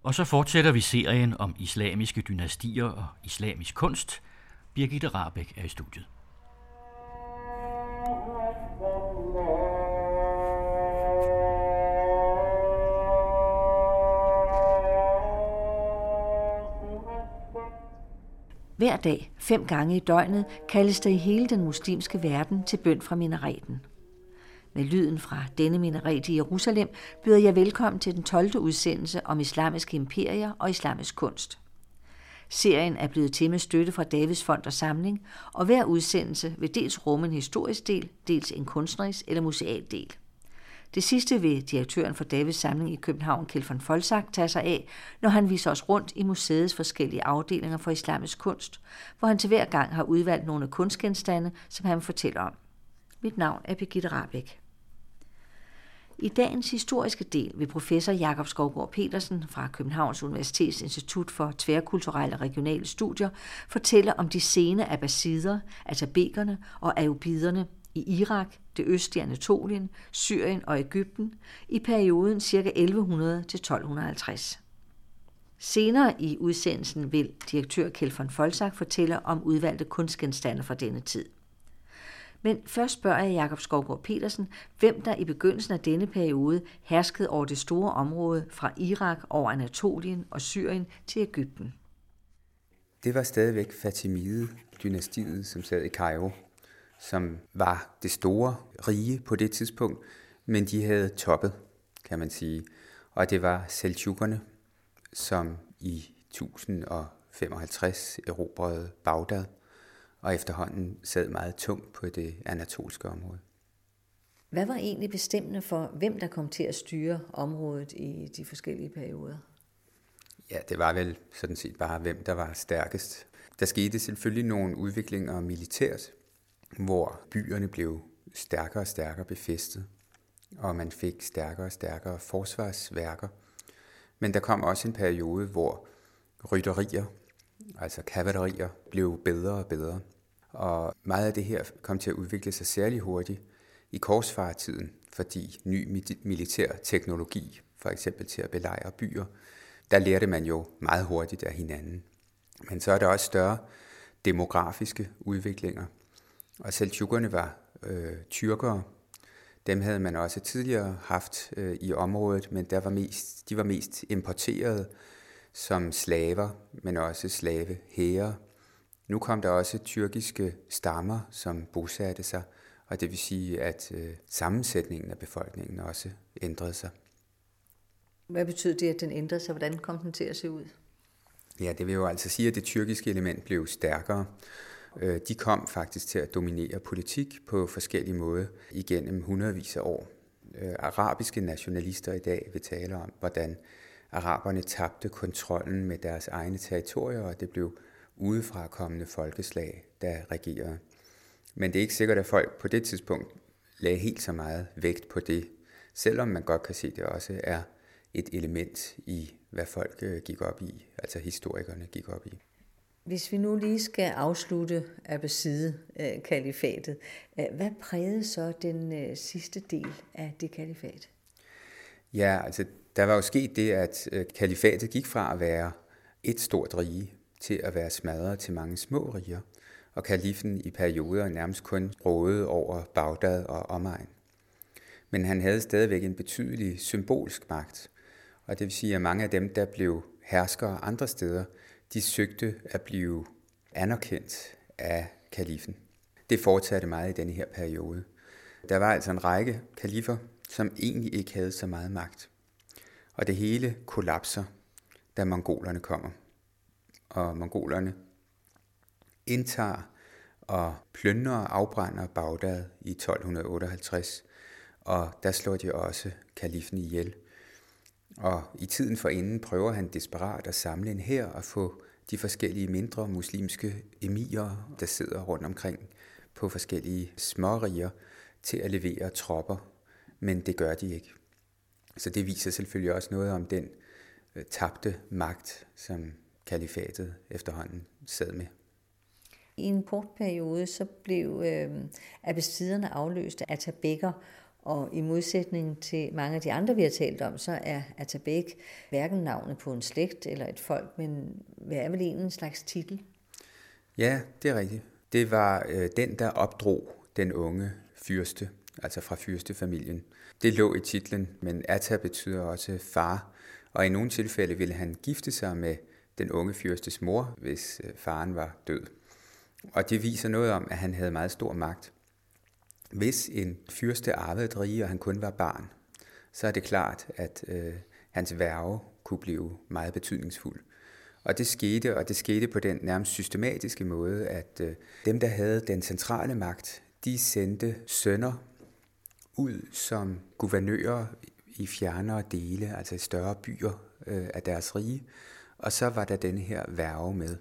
Og så fortsætter vi serien om islamiske dynastier og islamisk kunst. Birgitte Rahbek er i studiet. Hver dag, 5 gange i døgnet, kaldes der i hele den muslimske verden til bøn fra minareten. Med lyden fra denne minaret i Jerusalem byder jeg velkommen til den 12. udsendelse om islamiske imperier og islamisk kunst. Serien er blevet til med støtte fra Davids Fond og Samling, og hver udsendelse vil dels rumme en historisk del, dels en kunstnerisk eller museal del. Det sidste vil direktøren for Davids Samling i København, Kjeld von Folsack, tage sig af, når han viser os rundt i museets forskellige afdelinger for islamisk kunst, hvor han til hver gang har udvalgt nogle kunstgenstande, som han fortæller om. Mit navn er Birgitte Rahbek. I dagens historiske del vil professor Jakob Skovgaard Petersen fra Københavns Universitets Institut for Tværkulturelle og Regionale Studier fortælle om de sene abbasider, atabekerne og ayubiderne i Irak, det østlige Anatolien, Syrien og Egypten i perioden ca. 1100 til 1250. Senere i udsendelsen vil direktør Kjeld von Folsack fortælle om udvalgte kunstgenstande fra denne tid. Men først spørger jeg Jakob Skovgaard Petersen, hvem der i begyndelsen af denne periode herskede over det store område fra Irak over Anatolien og Syrien til Egypten. Det var stadigvæk Fatimide-dynastiet, som sad i Kairo, som var det store rige på det tidspunkt, men de havde toppet, kan man sige. Og det var Seldsjukkerne, som i 1055 erobrede Bagdad, og efterhånden sad meget tungt på det anatolske område. Hvad var egentlig bestemmende for, hvem der kom til at styre området i de forskellige perioder? Ja, det var vel sådan set bare, hvem der var stærkest. Der skete selvfølgelig nogle udviklinger militært, hvor byerne blev stærkere og stærkere befæstet, og man fik stærkere og stærkere forsvarsværker. Men der kom også en periode, hvor rytterier, altså kavalerier, blev bedre og bedre. Og meget af det her kom til at udvikle sig særlig hurtigt i korsfarertiden, fordi ny militær teknologi, for eksempel til at belejre byer, der lærte man jo meget hurtigt af hinanden. Men så er der også større demografiske udviklinger. Og seldsjukkerne var tyrkere. Dem havde man også tidligere haft i området, men de var mest importeret som slaver, men også slavehære. Nu kom der også tyrkiske stammer, som bosatte sig, og det vil sige, at sammensætningen af befolkningen også ændrede sig. Hvad betyder det, at den ændrede sig? Hvordan kom den til at se ud? Ja, det vil jo altså sige, at det tyrkiske element blev stærkere. De kom faktisk til at dominere politik på forskellige måder igennem hundredvis af år. Arabiske nationalister i dag vil tale om, hvordan araberne tabte kontrollen med deres egne territorier, og det blev udefra kommende folkeslag, der regerede. Men det er ikke sikkert, at folk på det tidspunkt lagde helt så meget vægt på det, selvom man godt kan se, at det også er et element i, hvad folk gik op i, altså historikerne gik op i. Hvis vi nu lige skal afslutte Abbaside-kalifatet, hvad prægede så den sidste del af det kalifat? Ja, altså der var jo sket det, at kalifatet gik fra at være et stort rige til at være smadret til mange små riger, og kalifen i perioder nærmest kun rådede over Bagdad og omegn. Men han havde stadigvæk en betydelig symbolsk magt, og det vil sige, at mange af dem, der blev herskere andre steder, de søgte at blive anerkendt af kalifen. Det fortsatte meget i denne her periode. Der var altså en række kalifer, som egentlig ikke havde så meget magt. Og det hele kollapser, da mongolerne kommer. Og mongolerne indtager og plyndrer og afbrænder Bagdad i 1258, og der slår de også kalifen ihjel. Og i tiden forinden prøver han desperat at samle en hær og få de forskellige mindre muslimske emirer, der sidder rundt omkring på forskellige småriger, til at levere tropper, men det gør de ikke. Så det viser selvfølgelig også noget om den tabte magt, som kalifatet efterhånden sad med. I en kort periode så blev abbasiderne afløst af atabækker, Og i modsætning til mange af de andre, vi har talt om, så er Atabeg hverken navnet på en slægt eller et folk, men hvad er vel en slags titel? Ja, det er rigtigt. Det var den, der opdrog den unge fyrste, altså fra fyrstefamilien. Det lå i titlen, men Ata betyder også far, og i nogle tilfælde ville han gifte sig med den unge fyrstes mor, hvis faren var død. Og det viser noget om, at han havde meget stor magt. Hvis en fyrste arvede et rige, og han kun var barn, så er det klart, at hans værge kunne blive meget betydningsfuld. Og det skete på den nærmest systematiske måde, at dem, der havde den centrale magt, de sendte sønner ud som guvernører i fjernere dele, altså i større byer af deres rige, og så var der denne her værge med.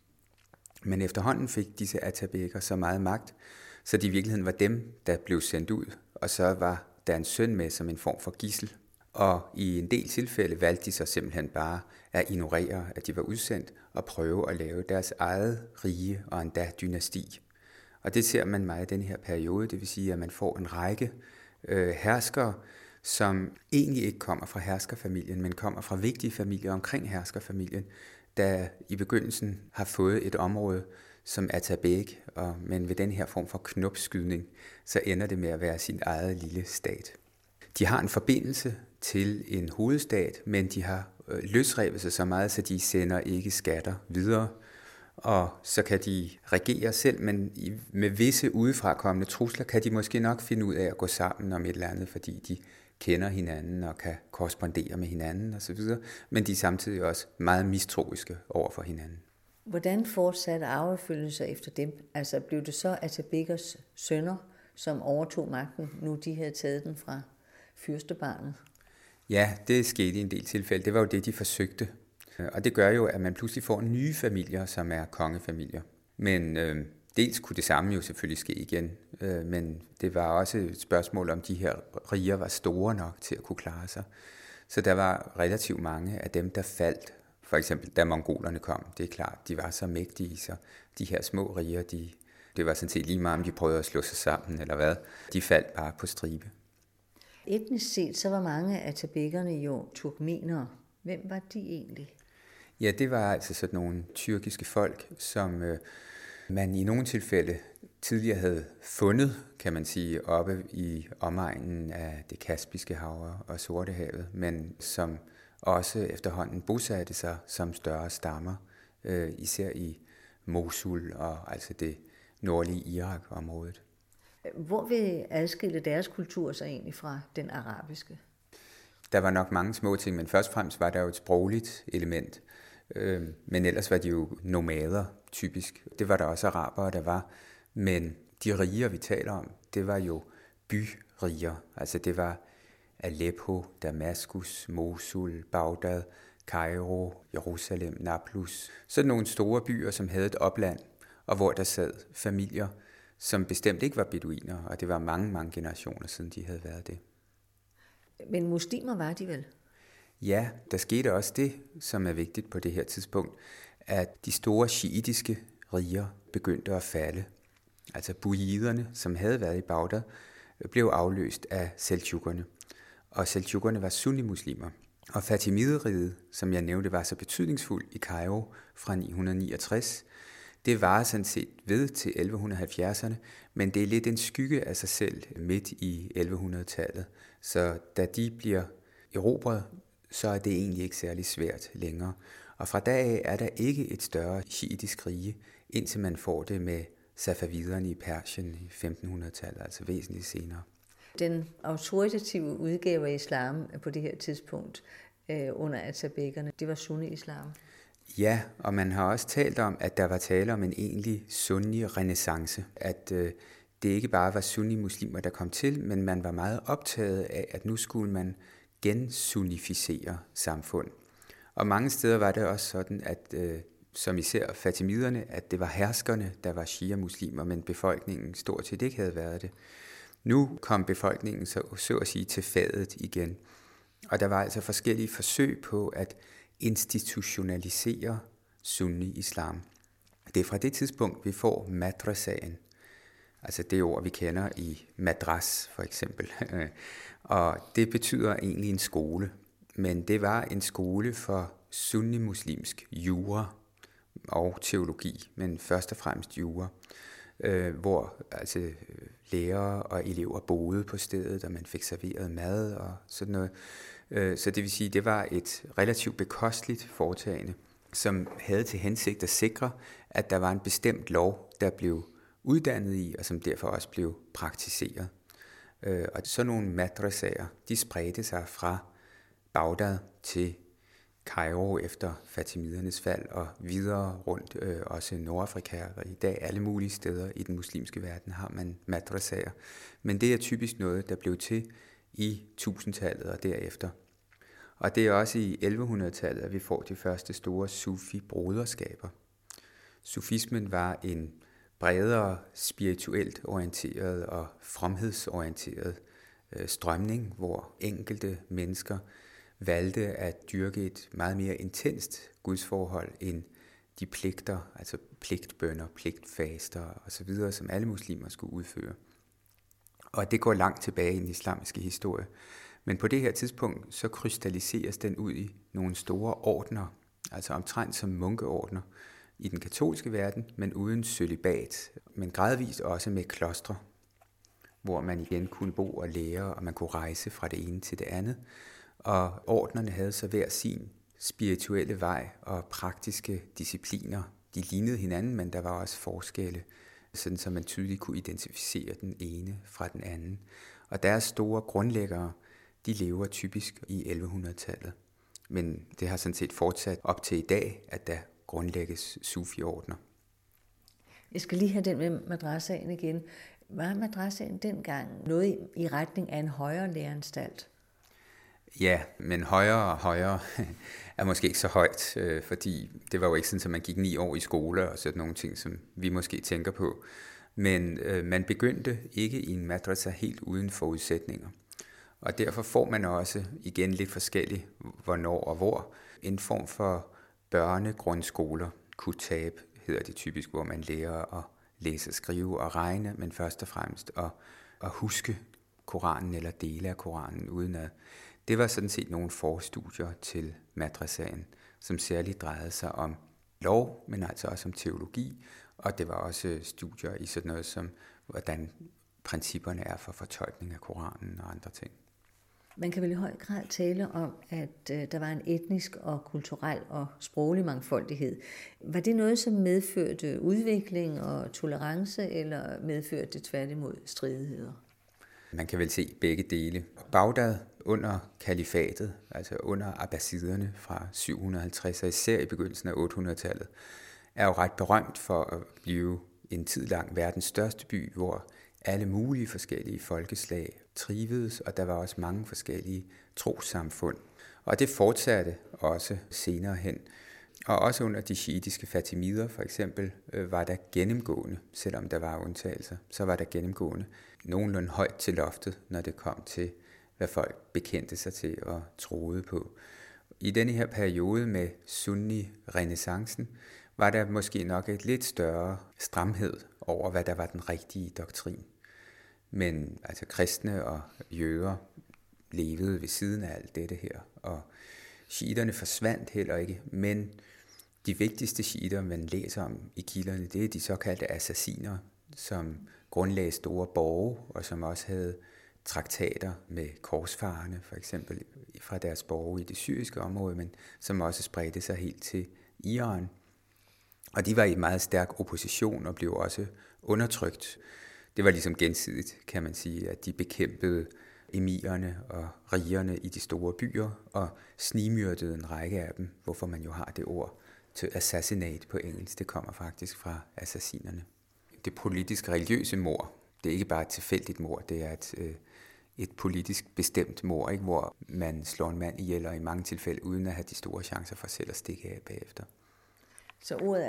Men efterhånden fik disse Atabegger så meget magt, så det i virkeligheden var dem, der blev sendt ud, og så var der en søn med som en form for gidsel. Og i en del tilfælde valgte de så simpelthen bare at ignorere, at de var udsendt, og prøve at lave deres eget rige og endda dynasti. Og det ser man meget i den her periode, det vil sige, at man får en række herskere, som egentlig ikke kommer fra herskerfamilien, men kommer fra vigtige familier omkring herskerfamilien, der i begyndelsen har fået et område som Atabeg, men ved den her form for knopskydning, så ender det med at være sin eget lille stat. De har en forbindelse til en hovedstat, men de har løsrevet sig så meget, så de sender ikke skatter videre, og så kan de regere selv, men med visse udefrakommende trusler kan de måske nok finde ud af at gå sammen om et eller andet, fordi de kender hinanden og kan korrespondere med hinanden osv., men de er samtidig også meget mistroiske over for hinanden. Hvordan fortsatte arvefølgelser efter dem? Altså blev det så Atabeggers sønner, som overtog magten, nu de havde taget den fra fyrstebarnet? Ja, det skete i en del tilfælde. Det var jo det, de forsøgte. Og det gør jo, at man pludselig får nye familier, som er kongefamilier. Men dels kunne det samme jo selvfølgelig ske igen, men det var også et spørgsmål, om de her riger var store nok til at kunne klare sig. Så der var relativt mange af dem, der faldt. For eksempel, da mongolerne kom, det er klart, de var så mægtige, så de her små riger, det var sådan set lige meget, om de prøvede at slå sig sammen eller hvad. De faldt bare på stribe. Etnisk set, så var mange af atabeggerne jo turkmenere. Hvem var de egentlig? Ja, det var altså sådan nogle tyrkiske folk, som man i nogle tilfælde tidligere havde fundet, kan man sige, oppe i omegnen af det Kaspiske hav og Sortehavet, men som også efterhånden bosatte sig som større stammer, især i Mosul og altså det nordlige Irak-området. Hvor vil adskille deres kultur så egentlig fra den arabiske? Der var nok mange små ting, men først og fremmest var der jo et sprogligt element. Men ellers var de jo nomader, typisk. Det var der også arabere, der var. Men de riger, vi taler om, det var jo byriger. Altså det var Aleppo, Damaskus, Mosul, Bagdad, Kairo, Jerusalem, Nablus. Sådan nogle store byer, som havde et opland, og hvor der sad familier, som bestemt ikke var beduiner, og det var mange, mange generationer siden, de havde været det. Men muslimer var de vel? Ja, der skete også det, som er vigtigt på det her tidspunkt, at de store shiitiske riger begyndte at falde. Altså buyiderne, som havde været i Bagdad, blev afløst af seldsjukkerne. Og seldsjukkerne var sunnimuslimer. Og Fatimideriget, som jeg nævnte, var så betydningsfuld i Kairo fra 969, det var sådan set ved til 1170'erne, men det er lidt en skygge af sig selv midt i 1100-tallet. Så da de bliver erobret, så er det egentlig ikke særlig svært længere. Og fra da af er der ikke et større shiitisk rige, indtil man får det med safaviderne i Persien i 1500-tallet, altså væsentligt senere. Den autoritative udgave af islam på det her tidspunkt under atabeggerne, det var sunni-islam. Ja, og man har også talt om, at der var tale om en egentlig sunni-renæssance. At det ikke bare var sunni-muslimer, der kom til, men man var meget optaget af, at nu skulle man gensunnificere samfund. Og mange steder var det også sådan, at som især fatimiderne, at det var herskerne, der var shia-muslimer, men befolkningen stort set ikke havde været det. Nu kom befolkningen så at sige til fadet igen. Og der var altså forskellige forsøg på at institutionalisere sunni-islam. Det er fra det tidspunkt, vi får madrasaen. Altså det ord, vi kender i madras for eksempel. Og det betyder egentlig en skole. Men det var en skole for sunni-muslimsk jura og teologi, men først og fremmest jura, hvor altså lærere og elever boede på stedet, og man fik serveret mad og sådan noget. Så det vil sige, det var et relativt bekosteligt foretagende, som havde til hensigt at sikre, at der var en bestemt lov, der blev uddannet i, og som derfor også blev praktiseret. Og sådan nogle madrasaer, de spredte sig fra Bagdad til Kairo efter Fatimidernes fald og videre rundt, også Nordafrika, og i dag alle mulige steder i den muslimske verden har man madrasaer. Men det er typisk noget, der blev til i 1000-tallet og derefter. Og det er også i 1100-tallet, at vi får de første store sufi-broderskaber. Sufismen var en bredere spirituelt orienteret og fromhedsorienteret strømning, hvor enkelte mennesker valgte at dyrke et meget mere intenst gudsforhold end de pligter, altså pligtbønner, pligtfaster osv., som alle muslimer skulle udføre. Og det går langt tilbage i den islamiske historie. Men på det her tidspunkt, så krystalliseres den ud i nogle store ordener, altså omtrent som munkeordner i den katolske verden, men uden cølibat, men gradvist også med klostre, hvor man igen kunne bo og lære, og man kunne rejse fra det ene til det andet. Og ordenerne havde så hver sin spirituelle vej og praktiske discipliner. De lignede hinanden, men der var også forskelle, sådan så man tydeligt kunne identificere den ene fra den anden. Og deres store grundlæggere, de lever typisk i 1100-tallet. Men det har sådan set fortsat op til i dag, at der grundlægges sufi-ordner. Jeg skal lige have den med madrasaen igen. Var madrasaen dengang noget i retning af en højere læreanstalt? Ja, men højere og højere er måske ikke så højt, fordi det var jo ikke sådan, at man gik 9 år i skole og sådan nogle ting, som vi måske tænker på. Men man begyndte ikke i en madrasa helt uden forudsætninger. Og derfor får man også, igen lidt forskelligt, hvornår og hvor, en form for børnegrundskoler, kutab hedder det typisk, hvor man lærer at læse, skrive og regne, men først og fremmest at huske Koranen eller dele af Koranen uden at. Det var sådan set nogle forstudier til madrasaen, som særligt drejede sig om lov, men altså også om teologi, og det var også studier i sådan noget som, hvordan principperne er for fortolkning af Koranen og andre ting. Man kan vel i høj grad tale om, at der var en etnisk og kulturel og sproglig mangfoldighed. Var det noget, som medførte udvikling og tolerance, eller medførte det tværtimod stridigheder? Man kan vel se begge dele. Bagdad under kalifatet, altså under abbasiderne fra 750 og især i begyndelsen af 800-tallet, er jo ret berømt for at blive en tid lang verdens største by, hvor alle mulige forskellige folkeslag trivedes, og der var også mange forskellige trossamfund. Og det fortsatte også senere hen. Og også under de shiitiske fatimider for eksempel, var der gennemgående, selvom der var undtagelser, så var der gennemgående nogenlunde højt til loftet, når det kom til, hvad folk bekendte sig til og troede på. I denne her periode med sunni-renæssancen, var der måske nok et lidt større stramhed over, hvad der var den rigtige doktrin. Men altså kristne og jøder levede ved siden af alt dette her, og shiiterne forsvandt heller ikke, men de vigtigste shiiter, man læser om i kilderne, det er de såkaldte assassiner, som grundlagde store borge, og som også havde traktater med korsfarerne, for eksempel fra deres borge i det syriske område, men som også spredte sig helt til Iran. Og de var i meget stærk opposition og blev også undertrykt. Det var ligesom gensidigt, kan man sige, at de bekæmpede emirerne og rigerne i de store byer og snigmyrdede en række af dem, hvorfor man jo har det ord til assassinate på engelsk. Det kommer faktisk fra assassinerne. Det politiske religiøse mord, det er ikke bare et tilfældigt mord, det er et politisk bestemt mord, ikke, hvor man slår en mand ihjel, og i mange tilfælde uden at have de store chancer for selv at stikke af bagefter. Så ordet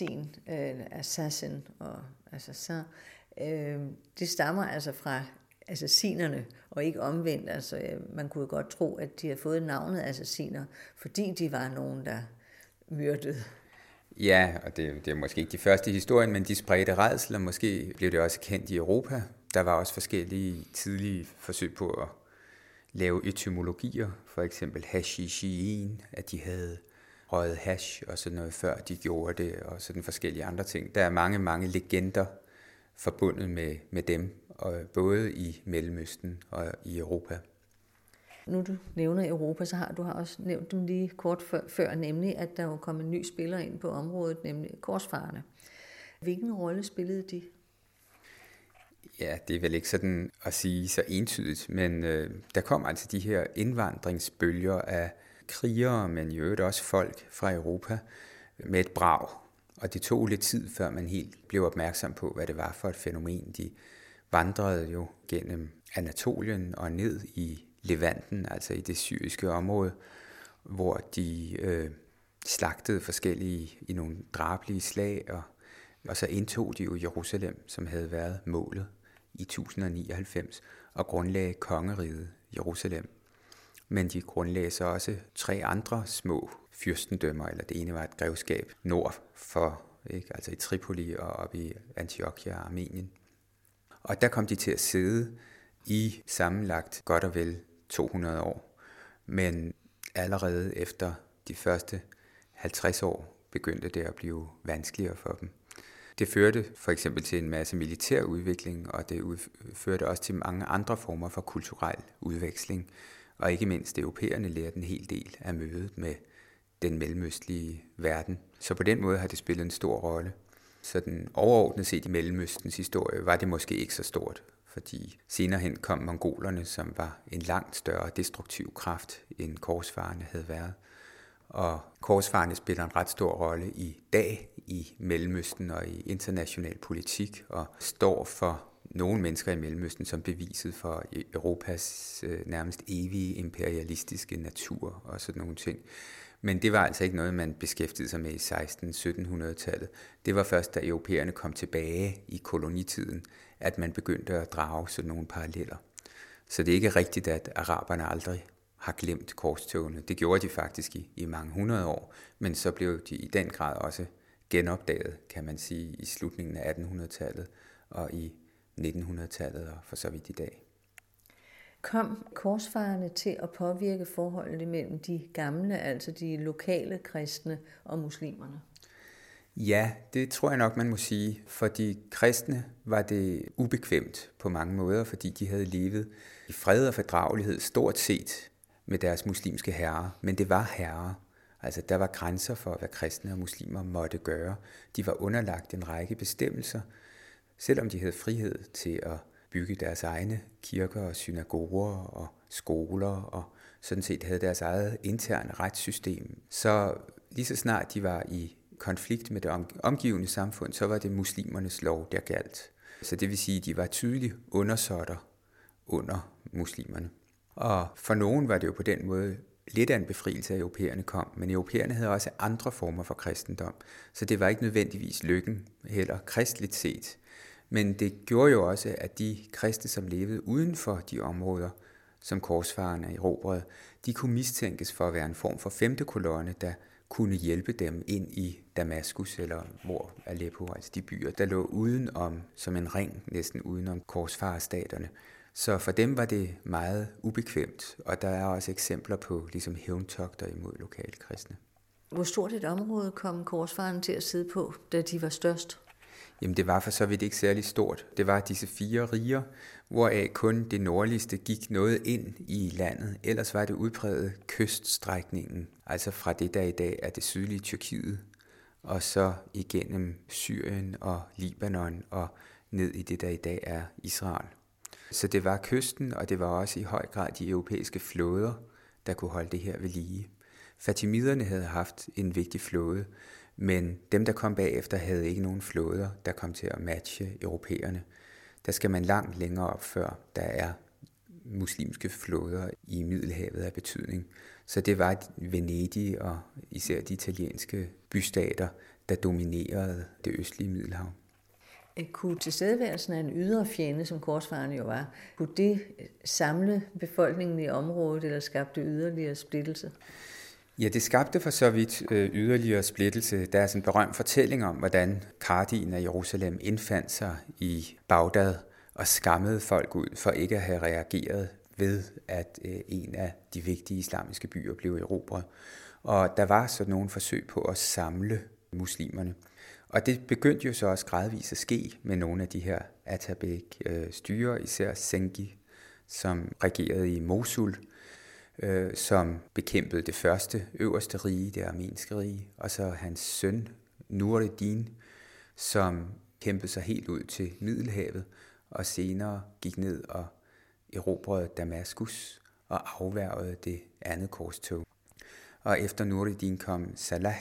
assassin og assassin, det stammer altså fra assassinerne, og ikke omvendt. Altså, man kunne godt tro, at de har fået navnet assassiner, fordi de var nogen, der myrdede. Ja, og det er måske ikke de første i historien, men de spredte rædsler. Måske blev det også kendt i Europa. Der var også forskellige tidlige forsøg på at lave etymologier, for eksempel hashishin, at de havde røget hash og sådan noget, før de gjorde det, og sådan forskellige andre ting. Der er mange legender forbundet med dem, og både i Mellemøsten og i Europa. Nu du nævner Europa, så har du også nævnt dem lige kort før, nemlig at der var kommet en ny spiller ind på området, nemlig korsfarerne. Hvilken rolle spillede de? Ja, det er vel ikke sådan at sige så entydigt, men der kom altså de her indvandringsbølger af krigere, men i øvrigt også folk fra Europa med et brag. Og det tog lidt tid, før man helt blev opmærksom på, hvad det var for et fænomen. De vandrede jo gennem Anatolien og ned i Levanten, altså i det syriske område, hvor de slagtede forskellige i nogle drabelige slag, og så indtog de jo Jerusalem, som havde været målet i 1099, og grundlagde kongeriget Jerusalem. Men de grundlagde så også 3 andre små fyrstendømmer, eller det ene var et grevskab nord for, ikke? Altså i Tripoli og oppe i Antiochia og Armenien. Og der kom de til at sidde i sammenlagt godt og vel 200 år. Men allerede efter de første 50 år begyndte det at blive vanskeligere for dem. Det førte for eksempel til en masse militær udvikling, og det førte også til mange andre former for kulturel udveksling. Og ikke mindst europæerne lærte en hel del af mødet med den mellemøstlige verden. Så på den måde har det spillet en stor rolle. Så den overordnet set i Mellemøstens historie var det måske ikke så stort, fordi senere hen kom mongolerne, som var en langt større destruktiv kraft, end korsfarerne havde været. Og korsfarerne spiller en ret stor rolle i dag i Mellemøsten og i international politik, og står for nogle mennesker i Mellemøsten som beviset for Europas nærmest evige imperialistiske natur og sådan nogle ting. Men det var altså ikke noget, man beskæftigede sig med i 1600-1700-tallet. Det var først, da europæerne kom tilbage i kolonitiden, at man begyndte at drage sådan nogle paralleller. Så det er ikke rigtigt, at araberne aldrig har glemt korstogene. Det gjorde de faktisk i mange hundrede år, men så blev de i den grad også genopdaget, kan man sige, i slutningen af 1800-tallet og i 1900-tallet og for så vidt i dag. Kom korsfarerne til at påvirke forholdet mellem de gamle, altså de lokale kristne og muslimerne? Ja, det tror jeg nok, man må sige. For de kristne var det ubekvemt på mange måder, fordi de havde levet i fred og fordragelighed stort set med deres muslimske herrer. Men det var herrer. Altså der var grænser for, hvad kristne og muslimer måtte gøre. De var underlagt en række bestemmelser, selvom de havde frihed til at bygge deres egne kirker og synagoger og skoler og sådan set havde deres eget interne retssystem. Så lige så snart de var i konflikt med det omgivende samfund, så var det muslimernes lov, der galt. Så det vil sige, at de var tydeligt undersåtter under muslimerne. Og for nogen var det jo på den måde lidt af en befrielse, at europæerne kom, men europæerne havde også andre former for kristendom, så det var ikke nødvendigvis lykken, heller kristligt set. Men det gjorde jo også, at de kristne, som levede uden for de områder, som korsfarerne erobrede, de kunne mistænkes for at være en form for femte kolonne, der kunne hjælpe dem ind i Damaskus eller hvor Aleppo, altså de byer, der lå udenom, som en ring næsten udenom korsfarerstaterne. Så for dem var det meget ubekvemt, og der er også eksempler på ligesom hævntogter imod lokale kristne. Hvor stort et område kom korsfarerne til at sidde på, da de var størst? Jamen det var for så vidt ikke særlig stort. Det var disse 4 riger, hvoraf kun det nordligste gik noget ind i landet. Ellers var det udpræget kyststrækningen, altså fra det der i dag er det sydlige Tyrkiet, og så igennem Syrien og Libanon og ned i det der i dag er Israel. Så det var kysten, og det var også i høj grad de europæiske flåder, der kunne holde det her ved lige. Fatimiderne havde haft en vigtig flåde, men dem, der kom bagefter, havde ikke nogen flåder, der kom til at matche europæerne. Der skal man langt længere op, før der er muslimske flåder i Middelhavet af betydning. Så det var Venedig og især de italienske bystater, der dominerede det østlige Middelhav. Kunne tilstedeværelsen af en ydre fjende, som korsfarerne jo var, kunne det samle befolkningen i området eller skabte yderligere splittelse? Ja, det skabte for så vidt yderligere splittelse. Der er sådan en berømt fortælling om, hvordan Kardin af Jerusalem indfandt sig i Bagdad og skammede folk ud for ikke at have reageret ved, at en af de vigtige islamiske byer blev erobret. Og der var så nogle forsøg på at samle muslimerne. Og det begyndte jo så også gradvist at ske med nogle af de her Atabek-styrer, især Zengi, som regerede i Mosul, som bekæmpede det første øverste rige, det armenske rige, og så hans søn Nureddin, som kæmpede sig helt ud til Middelhavet, og senere gik ned og erobrede Damaskus og afværgede det andet korstog. Og efter Nureddin kom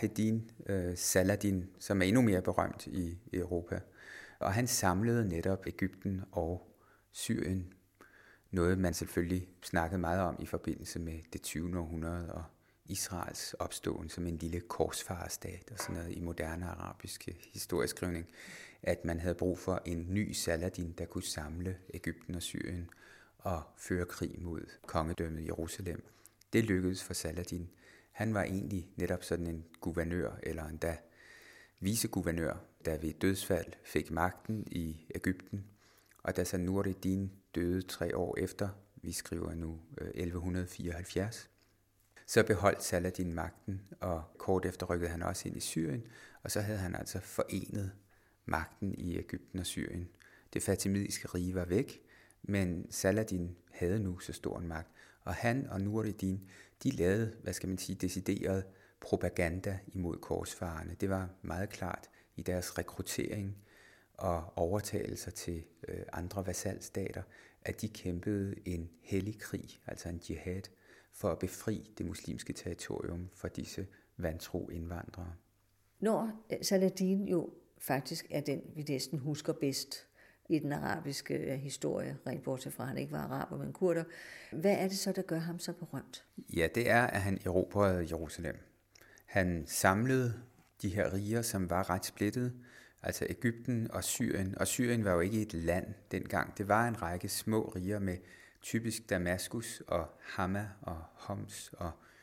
Saladin, som er endnu mere berømt i Europa. Og han samlede netop Egypten og Syrien. Noget man selvfølgelig snakkede meget om i forbindelse med det 20. århundrede og Israels opståen som en lille korsfarerstat og sådan noget i moderne arabisk historieskrivning. At man havde brug for en ny Saladin, der kunne samle Egypten og Syrien og føre krig mod kongedømmet Jerusalem. Det lykkedes for Saladin. Han var egentlig netop sådan en guvernør, eller endda viceguvernør, der ved dødsfald fik magten i Egypten. Og da så Nureddin døde 3 år efter, vi skriver nu 1174, så beholdt Saladin magten, og kort efter rykkede han også ind i Syrien, og så havde han altså forenet magten i Egypten og Syrien. Det fatimidiske rige var væk, men Saladin havde nu så stor en magt, og han og Nureddin, de lavede, decideret propaganda imod korsfarerne. Det var meget klart i deres rekruttering og overtagelser til andre vasalstater, at de kæmpede en hellig krig, altså en jihad, for at befri det muslimske territorium for disse vantro indvandrere. Når Saladin jo faktisk er den, vi næsten husker bedst i den arabiske historie, rent bortset fra, at han ikke var araber, men kurder, hvad er det så, der gør ham så berømt? Ja, det er, at han erobrede Jerusalem. Han samlede de her riger, som var ret splittede, altså Egypten og Syrien. Og Syrien var jo ikke et land dengang. Det var en række små riger med typisk Damaskus og Hama og Homs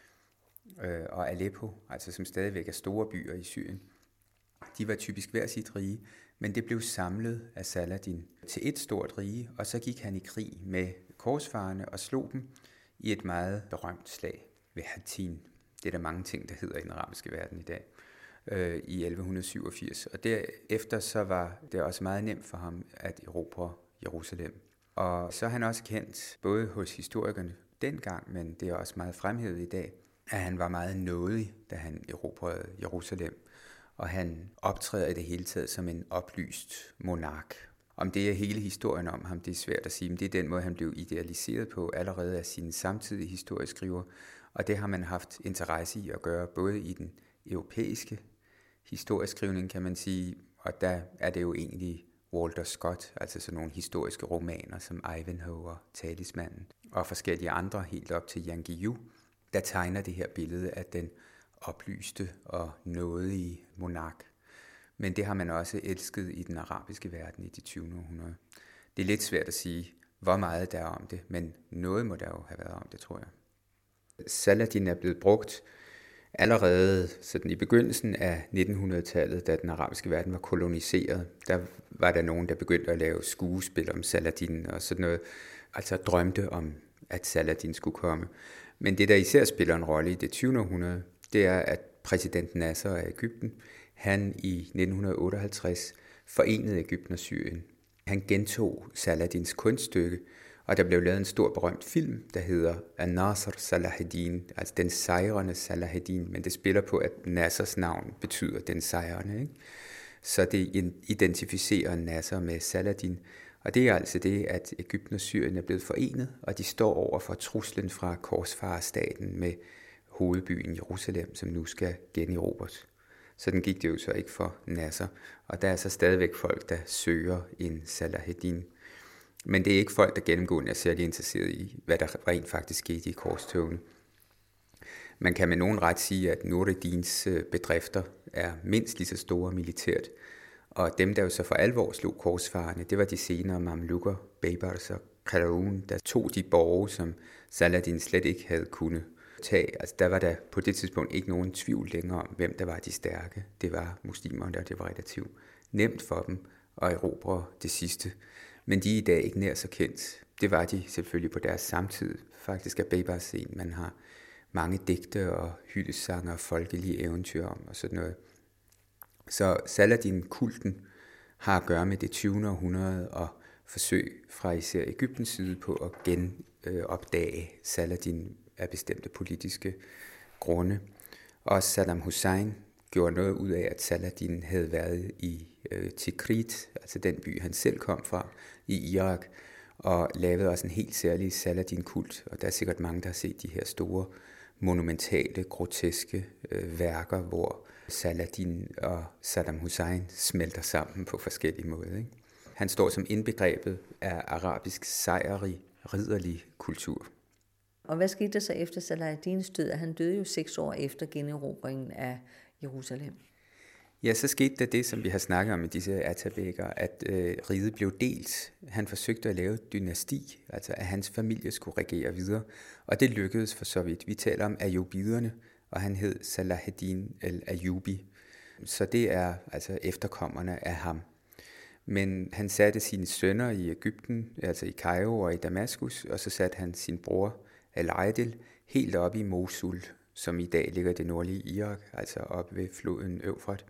og Aleppo, altså som stadigvæk er store byer i Syrien. De var typisk hver sit rige, men det blev samlet af Saladin til et stort rige, og så gik han i krig med korsfarerne og slog dem i et meget berømt slag ved Hattin. Det er der mange ting, der hedder i den arabiske verden i dag, i 1187. Og derefter så var det også meget nemt for ham at erobre Jerusalem. Og så er han også kendt, både hos historikerne dengang, men det er også meget fremhævet i dag, at han var meget nådig, da han erobrede Jerusalem. Og han optræder i det hele taget som en oplyst monark. Om det er hele historien om ham, det er svært at sige, men det er den måde, han blev idealiseret på allerede af sine samtidige historieskriver. Og det har man haft interesse i at gøre, både i den europæiske historieskrivning, kan man sige, og der er det jo egentlig Walter Scott, altså sådan nogle historiske romaner som Ivanhoe og Talismanen, og forskellige andre helt op til Jan Guillou, der tegner det her billede af den oplyste og nådige monark. Men det har man også elsket i den arabiske verden i det 20. århundrede. Det er lidt svært at sige, hvor meget der er om det, men noget må der jo have været om det, tror jeg. Saladin er blevet brugt allerede sådan i begyndelsen af 1900-tallet, da den arabiske verden var koloniseret. Der var der nogen, der begyndte at lave skuespil om Saladin og sådan noget, altså drømte om, at Saladin skulle komme. Men det, der især spiller en rolle i det 20. århundrede, det er, at præsident Nasser af Egypten, han i 1958 forenede Egypten og Syrien. Han gentog Saladins kunststykke, og der blev lavet en stor berømt film, der hedder An-Nasr Salahuddin, altså den sejrende Salahuddin, men det spiller på, at Nassers navn betyder den sejrende, ikke? Så det identificerer Nasser med Saladin, og det er altså det, at Egypten og Syrien er blevet forenet, og de står over for truslen fra korsfarerstaten med hovedbyen Jerusalem, som nu skal generobres. Sådan gik det jo så ikke for Nasser, og der er så stadigvæk folk, der søger en Salahuddin. Men det er ikke folk, der gennemgående er særlig interesseret i, hvad der rent faktisk skete i korstogene. Man kan med nogen ret sige, at Nureddins bedrifter er mindst lige så store militært, og dem, der jo så for alvor slog korsfarerne, det var de senere Mamlukker, Beybars og Karaun, der tog de borge, som Saladin slet ikke havde kunnet tage. Altså der var der på det tidspunkt ikke nogen tvivl længere om, hvem der var de stærke. Det var muslimerne, og det var relativt nemt for dem at erobre det sidste. Men de er i dag ikke nær så kendt. Det var de selvfølgelig på deres samtid. Faktisk er Beybars en, man har mange digte og hyldestsanger og folkelige eventyr om og sådan noget. Så Saladin-kulten har at gøre med det 20. århundrede og forsøg fra især Egyptens side på at genopdage Saladin af bestemte politiske grunde. Og Saddam Hussein gjorde noget ud af, at Saladin havde været i Tikrit, altså den by, han selv kom fra, i Irak, og lavede også en helt særlig Saladin-kult. Og der er sikkert mange, der har set de her store, monumentale, groteske værker, hvor Saladin og Saddam Hussein smelter sammen på forskellige måder. Ikke? Han står som indbegrebet af arabisk sejrig, ridderlig kultur. Og hvad skete der så efter Saladins død? Han døde jo 6 år efter generobringen af Jerusalem. Ja, så skete der det, som vi har snakket om i disse Atabækker, at riget blev delt. Han forsøgte at lave et dynasti, altså at hans familie skulle regere videre, og det lykkedes for så vidt. Vi taler om Ayyubiderne, og han hed Salahuddin al-Ayyubi, så det er altså efterkommerne af ham. Men han satte sine sønner i Egypten, altså i Kairo og i Damaskus, og så satte han sin bror al-Aidil helt op i Mosul, som i dag ligger i det nordlige Irak, altså op ved floden Eufrat.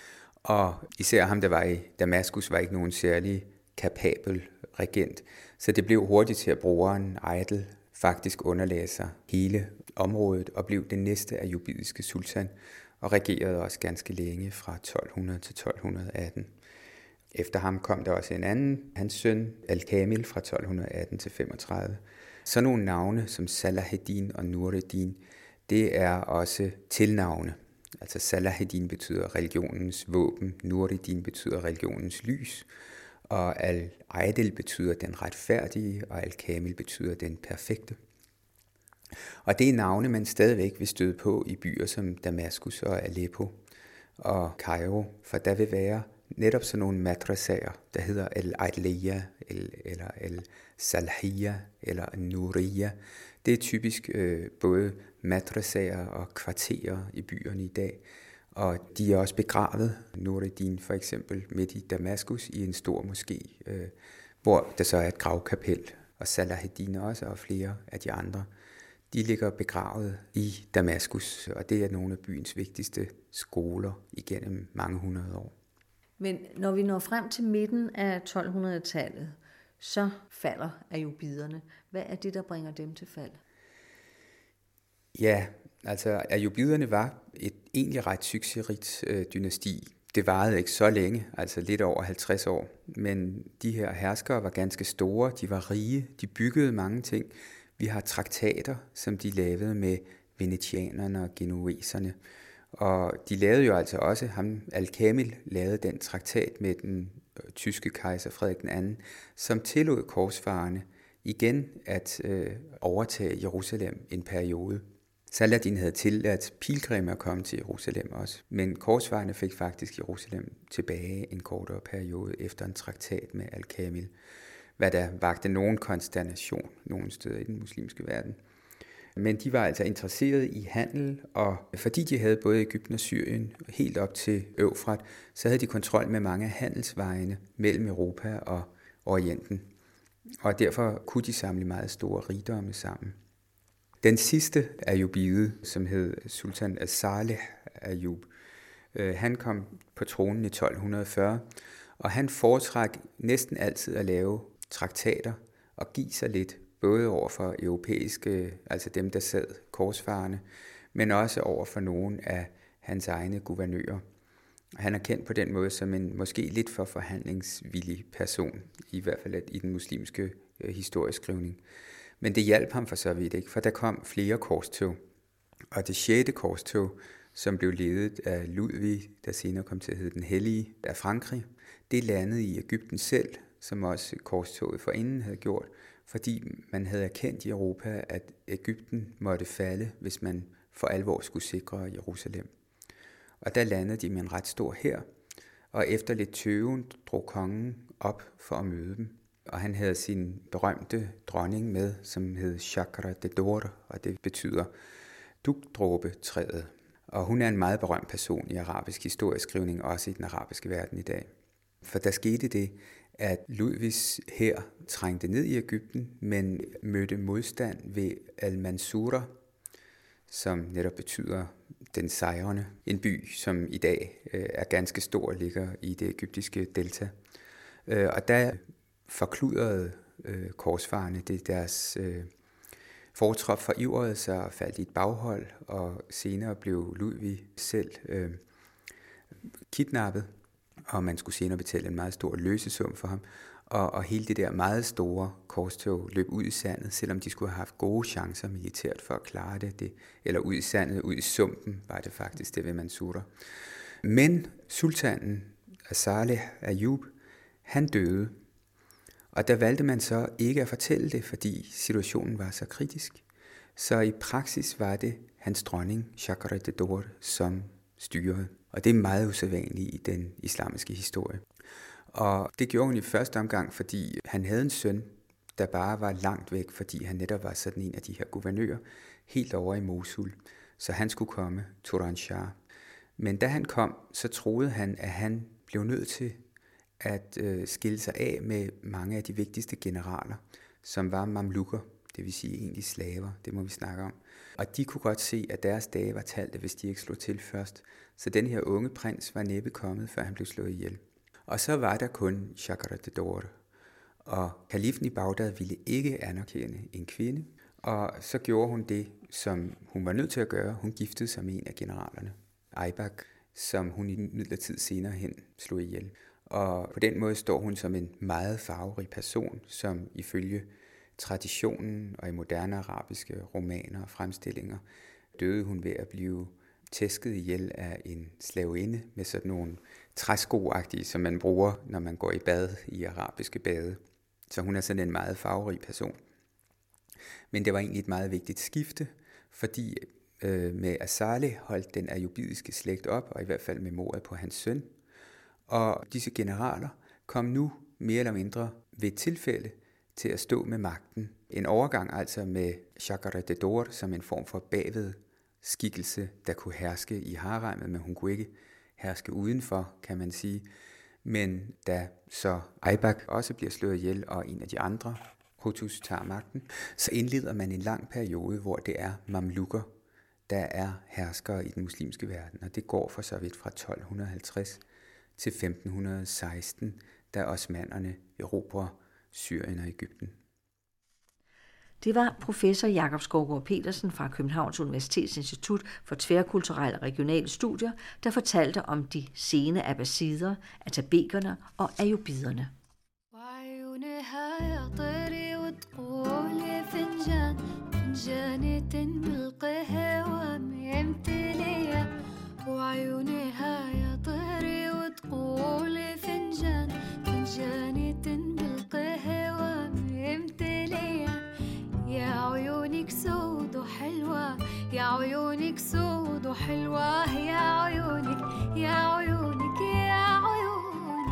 Og især ham, der var i Damaskus, var ikke nogen særlig kapabel regent, så det blev hurtigt til, at broderen Aidil faktisk underlagde sig hele området og blev den næste ayyubidiske sultan og regerede også ganske længe fra 1200 til 1218. Efter ham kom der også en anden, hans søn Al-Kamil fra 1218 til 35. Så nogle navne som Salahuddin og Nureddin, det er også tilnavne. Altså Salahuddin betyder religionens våben, Nureddin betyder religionens lys, og Al-Aidil betyder den retfærdige, og Al-Kamil betyder den perfekte. Og det er navne, man stadigvæk vil støde på i byer som Damaskus og Aleppo og Kairo, for der vil være netop sådan nogle madrasaer, der hedder Al-Aidliya, eller Al-Salahiyya, eller Al-Nuriyya. Det er typisk både madrasaer og kvarterer i byerne i dag, og de er også begravet, Nureddin for eksempel, midt i Damaskus i en stor moské, hvor der så er et gravkapel, og Salahuddin også, og flere af de andre, de ligger begravet i Damaskus, og det er nogle af byens vigtigste skoler igennem mange hundrede år. Men når vi når frem til midten af 1200-tallet, så falder ayyubiderne. Hvad er det, der bringer dem til fald? Ja, altså ayyubiderne var et egentlig ret succesrigt dynasti. Det varede ikke så længe, altså lidt over 50 år, men de her herskere var ganske store, de var rige, de byggede mange ting. Vi har traktater, som de lavede med venetianerne og genueserne. Og de lavede jo altså også, Al-Kamil lavede den traktat med den tyske kejser Frederik II, som tillod korsfarerne igen at overtage Jerusalem en periode. Saladin havde tilladt pilgrimme at komme til Jerusalem også, men korsfarerne fik faktisk Jerusalem tilbage en kortere periode efter en traktat med Al-Kamil, hvad der vagte nogen konsternation nogle steder i den muslimske verden. Men de var altså interesserede i handel, og fordi de havde både Egypten og Syrien helt op til Eufrat, så havde de kontrol med mange af handelsvejene mellem Europa og Orienten. Og derfor kunne de samle meget store rigdomme sammen. Den sidste ayyubide, som hed Sultan al-Saleh Ayyub, han kom på tronen i 1240, og han foretrak næsten altid at lave traktater og give sig lidt, både over for europæiske, altså dem, der sad korsfarerne, men også over for nogle af hans egne guvernører. Han er kendt på den måde som en måske lidt for forhandlingsvillig person, i hvert fald i den muslimske historieskrivning. Men det hjalp ham for så vidt ikke, for der kom flere korstog. Og det 6. korstog, som blev ledet af Ludvig, der senere kom til at hedde den hellige af Frankrig, det landede i Egypten selv, som også korstoget forinden havde gjort, fordi man havde erkendt i Europa, at Egypten måtte falde, hvis man for alvor skulle sikre Jerusalem. Og der landede de med en ret stor hær, og efter lidt tøven drog kongen op for at møde dem. Og han havde sin berømte dronning med, som hed Chakra de Dor, og det betyder dugdråbetræet. Og hun er en meget berømt person i arabisk historieskrivning, også i den arabiske verden i dag. For der skete det, at Ludvigs hær trængte ned i Egypten, men mødte modstand ved Al-Mansura, som netop betyder den sejrende. En by, som i dag er ganske stor og ligger i det egyptiske delta. Og der forkludrede korsfarerne det deres fortrop forivret sig og faldt i et baghold, og senere blev Ludvig selv kidnappet, og man skulle senere betale en meget stor løsesum for ham. Og hele det der meget store korstog løb ud i sandet, selvom de skulle have haft gode chancer militært for at klare det. Eller ud i sandet, ud i sumpen, var det faktisk det ved Mansura. Men sultanen, Saleh Ayyub, han døde. Og der valgte man så ikke at fortælle det, fordi situationen var så kritisk. Så i praksis var det hans dronning, Chakra-Dedor, som styrede. Og det er meget usædvanligt i den islamiske historie. Og det gjorde hun i første omgang, fordi han havde en søn, der bare var langt væk, fordi han netop var sådan en af de her guvernører, helt over i Mosul. Så han skulle komme, Turan Shah. Men da han kom, så troede han, at han blev nødt til at skille sig af med mange af de vigtigste generaler, som var mamlukker, det vil sige egentlig slaver, det må vi snakke om. Og de kunne godt se, at deres dage var talte, hvis de ikke slog til først. Så den her unge prins var næppe kommet, før han blev slået ihjel. Og så var der kun Chakra-Dedor, og kalifen i Bagdad ville ikke anerkende en kvinde, og så gjorde hun det, som hun var nødt til at gøre. Hun giftede sig med en af generalerne, Aybak, som hun i midlertid senere hen slog ihjel. Og på den måde står hun som en meget farverig person, som ifølge traditionen og i moderne arabiske romaner og fremstillinger døde hun ved at blive tæsket ihjel af en slavinde med sådan nogle træskoagtige, som man bruger, når man går i bad i arabiske bade. Så hun er sådan en meget farverig person. Men det var egentlig et meget vigtigt skifte, fordi med Saleh holdt den ayyubidiske slægt op, og i hvert fald med mordet på hans søn. Og disse generaler kom nu mere eller mindre ved et tilfælde til at stå med magten. En overgang altså med Chakra-Dedor som en form for bagved skikkelse, der kunne herske i haremmet, men hun kunne ikke herske udenfor, kan man sige. Men da så Aybak også bliver slået ihjel, og en af de andre, Hutus, tager magten, så indleder man en lang periode, hvor det er mamlukker, der er herskere i den muslimske verden. Og det går for så vidt fra 1250 til 1516, da osmannerne erobrer Syrien og Egypten. Det var professor Jakob Skovgaard Petersen fra Københavns Universitets Institut for Tværkulturelle og Regionale Studier, der fortalte om de sene abbasider, atabekerne og ayyubiderne. عيونك سود وحلوة يا عيونك سود وحلوة يا عيونك يا عيونك يا عيونك.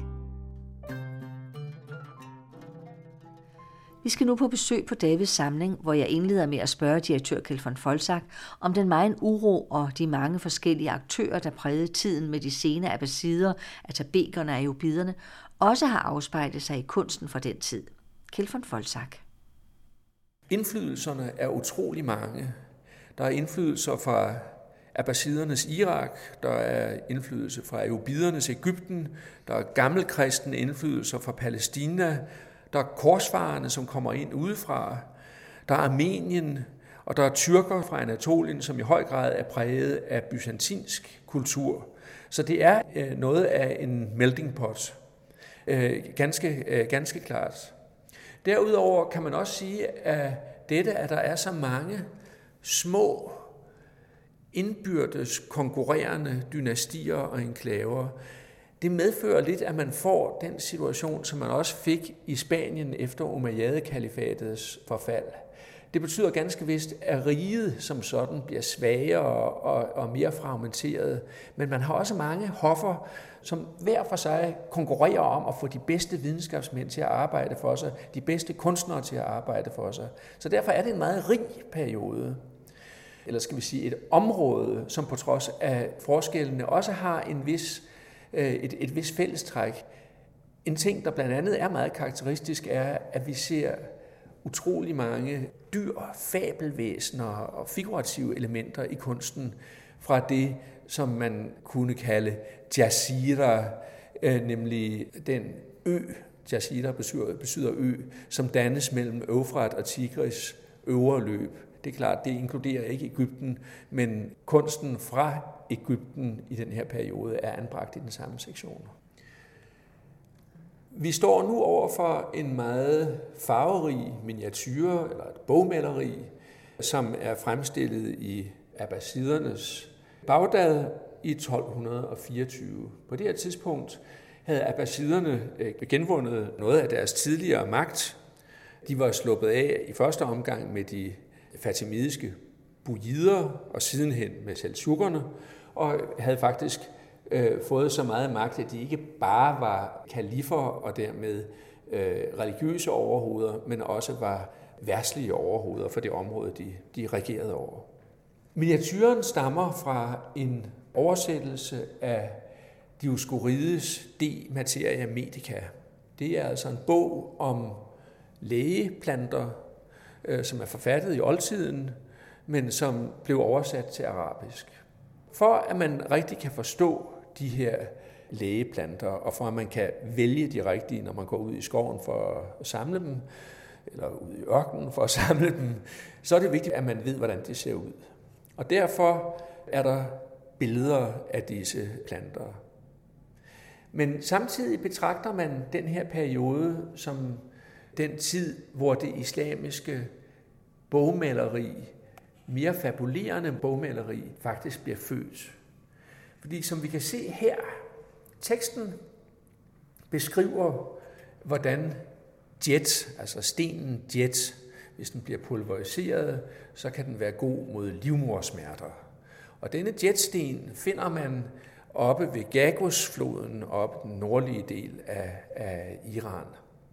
Vi skal nu på besøg på Davids samling, hvor jeg indleder med at spørge direktør Kjeld von Folsack om den megen uro og de mange forskellige aktører, der prægede tiden med de sene abbasider, atabekerne og ayyubiderne, også har afspejlet sig i kunsten for den tid. Kjeld von Folsack. Indflydelserne er utrolig mange. Der er indflydelser fra abbasidernes Irak, der er indflydelse fra ayyubidernes Egypten, der er gammelkristne indflydelser fra Palæstina, der er korsfarerne, som kommer ind udefra, der er Armenien, og der er tyrker fra Anatolien, som i høj grad er præget af byzantinsk kultur. Så det er noget af en melting pot. Ganske klart. Derudover kan man også sige, at at der er så mange små, indbyrdes konkurrerende dynastier og enklaver, det medfører lidt, at man får den situation, som man også fik i Spanien efter Umayyad-kalifatets forfald. Det betyder ganske vist, at riget som sådan bliver svagere og mere fragmenteret, men man har også mange hoffer, som hver for sig konkurrerer om at få de bedste videnskabsmænd til at arbejde for sig, de bedste kunstnere til at arbejde for sig. Så derfor er det en meget rig periode. eller skal vi sige et område, som på trods af forskellene også har et vis fællestræk. En ting, der blandt andet er meget karakteristisk, er, at vi ser utrolig mange dyr, fabelvæsener og figurative elementer i kunsten fra det, som man kunne kalde Jazira, nemlig den ø, Jazira betyder ø, som dannes mellem Eufrat og Tigris øvre løb. Det er klart, det inkluderer ikke Egypten, men kunsten fra Egypten i den her periode er anbragt i den samme sektion. Vi står nu over for en meget farverig miniature, eller et bogmaleri, som er fremstillet i abbasidernes Bagdad i 1224. På det her tidspunkt havde abbasiderne genvundet noget af deres tidligere magt. De var sluppet af i første omgang med de fatimidiske bujider og sidenhen med seldsjukkerne, og havde faktisk fået så meget magt, at de ikke bare var kalifer og dermed religiøse overhoveder, men også var verdslige overhoveder for det område, de regerede over. Miniaturen stammer fra en oversættelse af Dioscorides De Materia Medica. Det er altså en bog om lægeplanter, som er forfattet i oldtiden, men som blev oversat til arabisk. For at man rigtig kan forstå de her lægeplanter, og for at man kan vælge de rigtige, når man går ud i skoven for at samle dem, eller ud i ørkenen for at samle dem, så er det vigtigt, at man ved, hvordan det ser ud. Og derfor er der billeder af disse planter. Men samtidig betragter man den her periode som den tid, hvor det islamiske bogmaleri, mere fabulerende bogmaleri, faktisk bliver født. Fordi som vi kan se her, teksten beskriver, hvordan jet, altså stenen jet, hvis den bliver pulveriseret, så kan den være god mod livmodersmerter. Og denne jetsten finder man oppe ved Gagosfloden, oppe den nordlige del af Iran.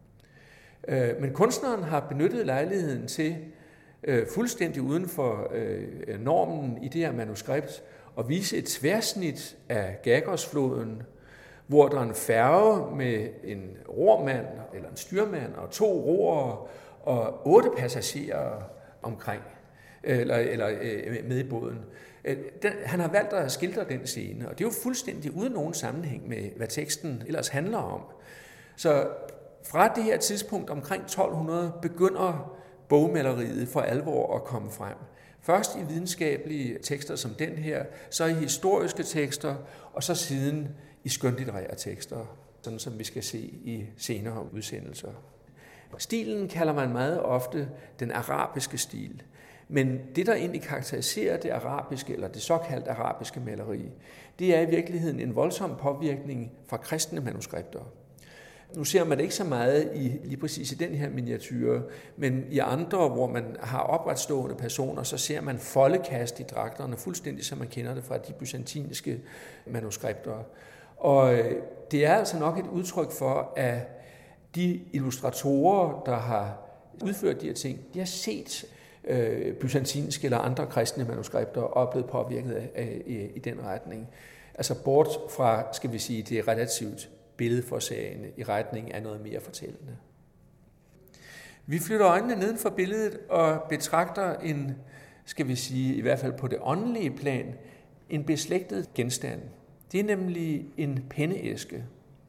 Men kunstneren har benyttet lejligheden til, fuldstændig uden for normen i det her manuskript, at vise et tværsnit af Gagosfloden, hvor der er en færge med en rormand eller en styrmand og 2 roere og 8 passagerer omkring, eller med i båden. Han har valgt at skildre den scene, og det er jo fuldstændig uden nogen sammenhæng med, hvad teksten ellers handler om. Så fra det her tidspunkt omkring 1200 begynder bogmaleriet for alvor at komme frem. Først i videnskabelige tekster som den her, så i historiske tekster, og så siden i skønlitterære tekster, sådan som vi skal se i senere udsendelser. Stilen kalder man meget ofte den arabiske stil. Men det, der egentlig karakteriserer det arabiske, eller det såkaldt arabiske maleri, det er i virkeligheden en voldsom påvirkning fra kristne manuskripter. Nu ser man det ikke så meget lige præcis i den her miniature, men i andre, hvor man har opretstående personer, så ser man foldekast i dragterne, fuldstændig som man kender det fra de byzantinske manuskripter. Og det er altså nok et udtryk for, at de illustratorer, der har udført de her ting, de har set byzantinske eller andre kristne manuskripter og blevet påvirket i den retning. Altså bort fra, skal vi sige, det relativt billedforsagende i retning af noget mere fortællende. Vi flytter øjnene neden for billedet og betragter en, skal vi sige, i hvert fald på det åndelige plan, en beslægtet genstand. Det er nemlig en penneæske.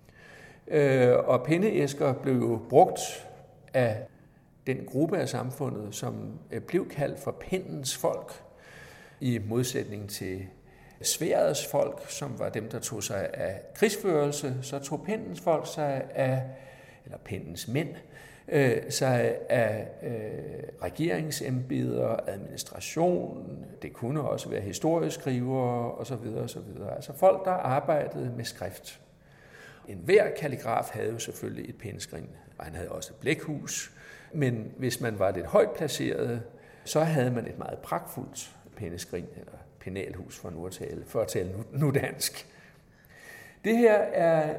Og penneæsker blev jo brugt af den gruppe af samfundet, som blev kaldt for pennens folk, i modsætning til sværdets folk, som var dem, der tog sig af krigsførelse, så tog pennens folk sig af, eller pennens mænd, sig af regeringsembeder, administration, det kunne også være historieskrivere osv. osv. Altså folk, der arbejdede med skrift. Enhver kalligraf havde jo selvfølgelig et penneskrin, og han havde også et blækhus, men hvis man var lidt højt placeret, så havde man et meget pragtfuldt penneskrin, eller penalhus for at tale nu dansk. Det her er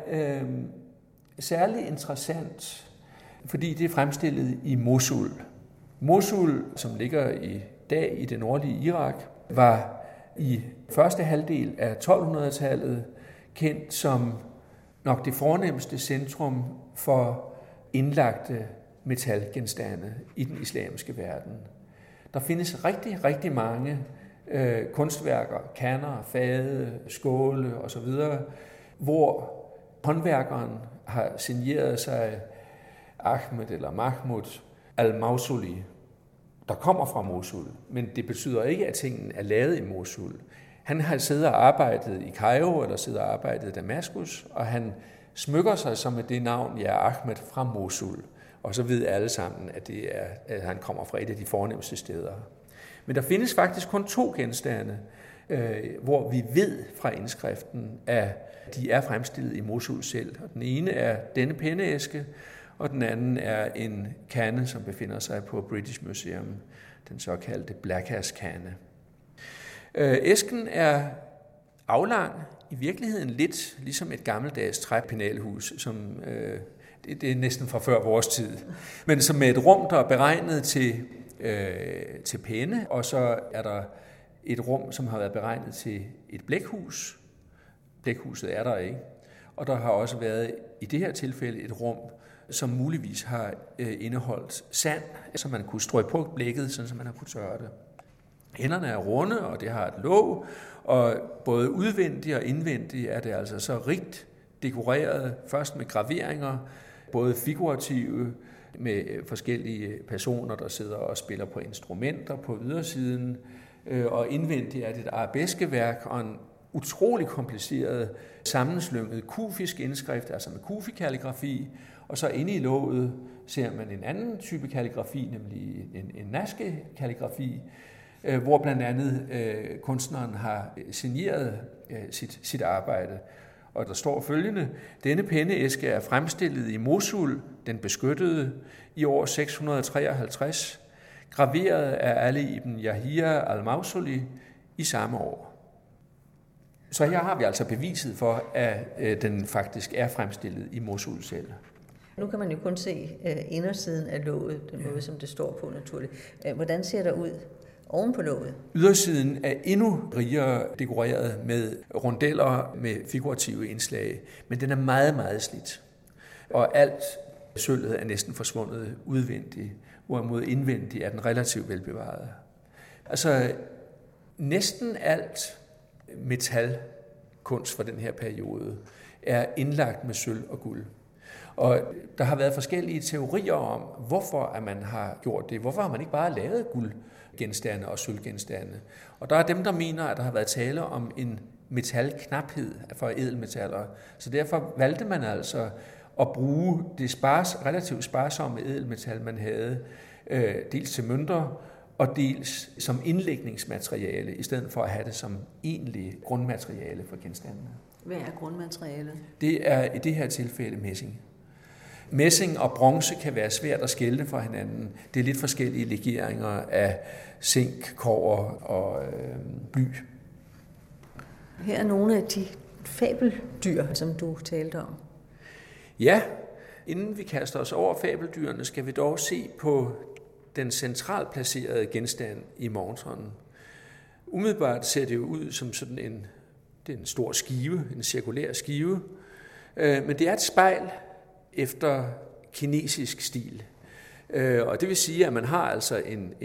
særlig interessant, fordi det er fremstillet i Mosul. Mosul, som ligger i dag i det nordlige Irak, var i første halvdel af 1200-tallet kendt som nok det fornemmeste centrum for indlagte metalgenstande i den islamiske verden. Der findes rigtig, rigtig mange kunstværker, kander, fade, skåle osv., hvor håndværkeren har signeret sig Ahmed eller Mahmoud al-Mausuli, der kommer fra Mosul, men det betyder ikke, at tingene er lavet i Mosul. Han har siddet og arbejdet i Kairo, eller siddet og arbejdet i Damaskus, og han smykker sig som med det navn, Ahmed fra Mosul. Og så ved alle sammen, at han kommer fra et af de fornemmeste steder. Men der findes faktisk kun 2 genstande, hvor vi ved fra indskriften, at de er fremstillet i Mosul selv. Og den ene er denne penneæske, og den anden er en kande, som befinder sig på British Museum, den såkaldte Blackass-kande. Æsken er aflang, i virkeligheden lidt ligesom et gammeldags træpenalhus, som det er næsten fra før vores tid, men som med et rum, der er beregnet til penne, og så er der et rum, som har været beregnet til et blækhus. Blækhuset er der ikke. Og der har også været i det her tilfælde et rum, som muligvis har indeholdt sand, så man kunne strø på blækket, så man har kunnet tørre det. Hænderne er runde, og det har et låg, og både udvendigt og indvendigt er det altså så rigt dekoreret, først med graveringer, både figurative, med forskellige personer, der sidder og spiller på instrumenter på ydersiden, og indvendigt er det et arabeskeværk og en utrolig kompliceret sammenslynget kufisk indskrift, altså med kufikalligrafi, og så inde i låget ser man en anden type kalligrafi, nemlig en naske-kalligrafi, hvor blandt andet kunstneren har signeret sit arbejde. Og der står følgende: denne penneæske er fremstillet i Mosul, den beskyttede, i år 653, graveret af Ali ibn Yahya al-Mausuli i samme år. Så her har vi altså beviset for, at den faktisk er fremstillet i Mosul selv. Nu kan man jo kun se indersiden af låget, den måde, som det står på naturligt. Hvordan ser der ud oven på låget? Ydersiden er endnu rigere dekoreret med rondeller med figurative indslag, men den er meget, meget slidt. Og alt sølvet er næsten forsvundet udvendigt, hvorimod indvendigt er den relativt velbevaret. Altså næsten alt metalkunst fra den her periode er indlagt med sølv og guld. Og der har været forskellige teorier om, hvorfor at man har gjort det. Hvorfor har man ikke bare lavet guldgenstande og sølvgenstande? Og der er dem, der mener, at der har været tale om en metalknaphed for ædelmetaller. Så derfor valgte man altså at bruge det relativt sparsomme ædelmetal, man havde, dels til mønter og dels som indlægningsmateriale, i stedet for at have det som egentlig grundmateriale for genstandene. Hvad er grundmaterialet? Det er i det her tilfælde messing. Messing og bronze kan være svært at skelne fra hinanden. Det er lidt forskellige legeringer af zink, kobber og bly. Her er nogle af de fabeldyr, som du talte om. Ja, inden vi kaster os over fabeldyrene, skal vi dog se på den centralt placerede genstand i montren. Umiddelbart ser det jo ud som sådan en stor skive, en cirkulær skive, men det er et spejl efter kinesisk stil. Og det vil sige, at man har altså